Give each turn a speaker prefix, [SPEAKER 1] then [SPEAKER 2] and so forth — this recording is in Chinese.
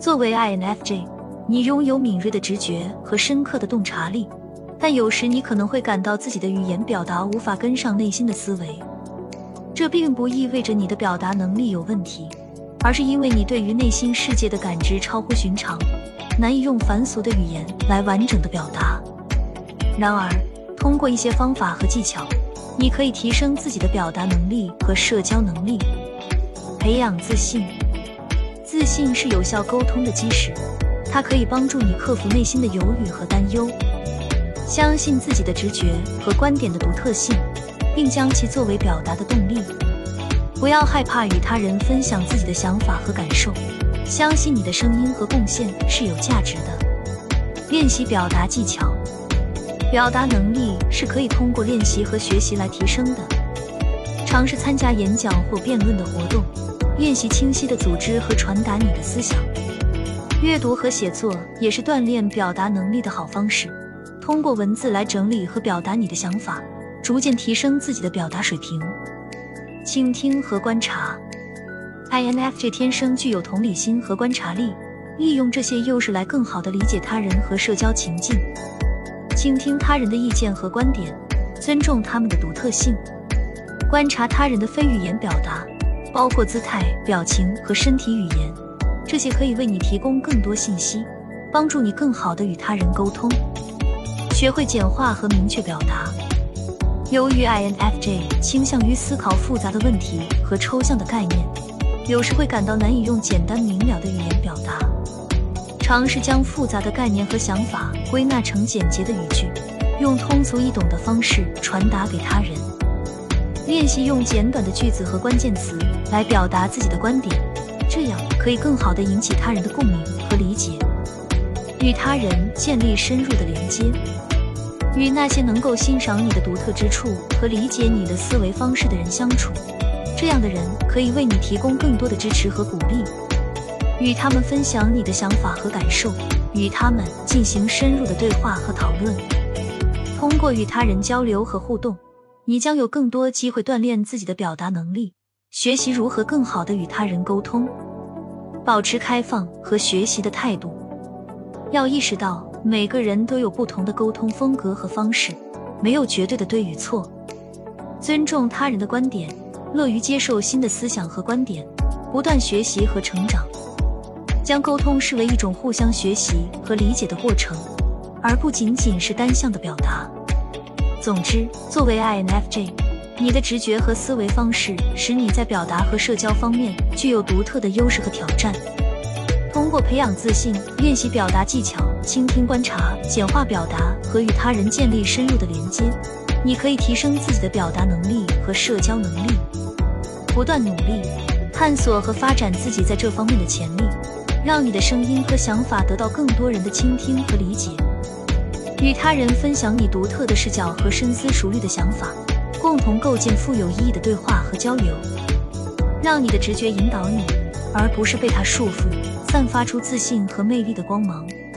[SPEAKER 1] 作为 INFJ， 你拥有敏锐的直觉和深刻的洞察力，但有时你可能会感到自己的语言表达无法跟上内心的思维。这并不意味着你的表达能力有问题，而是因为你对于内心世界的感知超乎寻常，难以用凡俗的语言来完整的表达。然而，通过一些方法和技巧，你可以提升自己的表达能力和社交能力。培养自信。自信是有效沟通的基石，它可以帮助你克服内心的犹豫和担忧。相信自己的直觉和观点的独特性，并将其作为表达的动力。不要害怕与他人分享自己的想法和感受，相信你的声音和贡献是有价值的。练习表达技巧。表达能力是可以通过练习和学习来提升的。尝试参加演讲或辩论的活动，练习清晰的组织和传达你的思想。阅读和写作也是锻炼表达能力的好方式，通过文字来整理和表达你的想法，逐渐提升自己的表达水平。倾听和观察。 INFJ 天生具有同理心和观察力，利用这些优势来更好地理解他人和社交情境。倾听他人的意见和观点，尊重他们的独特性。观察他人的非语言表达，包括姿态、表情和身体语言，这些可以为你提供更多信息，帮助你更好地与他人沟通。学会简化和明确表达。由于 INFJ 倾向于思考复杂的问题和抽象的概念，有时会感到难以用简单明了的语言表达。尝试将复杂的概念和想法归纳成简洁的语句，用通俗易懂的方式传达给他人。练习用简短的句子和关键词来表达自己的观点，这样可以更好地引起他人的共鸣和理解。与他人建立深入的连接。与那些能够欣赏你的独特之处和理解你的思维方式的人相处，这样的人可以为你提供更多的支持和鼓励。与他们分享你的想法和感受，与他们进行深入的对话和讨论。通过与他人交流和互动，你将有更多机会锻炼自己的表达能力，学习如何更好地与他人沟通。保持开放和学习的态度。要意识到每个人都有不同的沟通风格和方式，没有绝对的对与错。尊重他人的观点，乐于接受新的思想和观点，不断学习和成长。将沟通视为一种互相学习和理解的过程，而不仅仅是单向的表达。总之，作为 INFJ， 你的直觉和思维方式使你在表达和社交方面具有独特的优势和挑战。通过培养自信，练习表达技巧，倾听观察，简化表达和与他人建立深入的连接，你可以提升自己的表达能力和社交能力。不断努力，探索和发展自己在这方面的潜力，让你的声音和想法得到更多人的倾听和理解。与他人分享你独特的视角和深思熟虑的想法，共同构建富有意义的对话和交流。让你的直觉引导你，而不是被它束缚，散发出自信和魅力的光芒。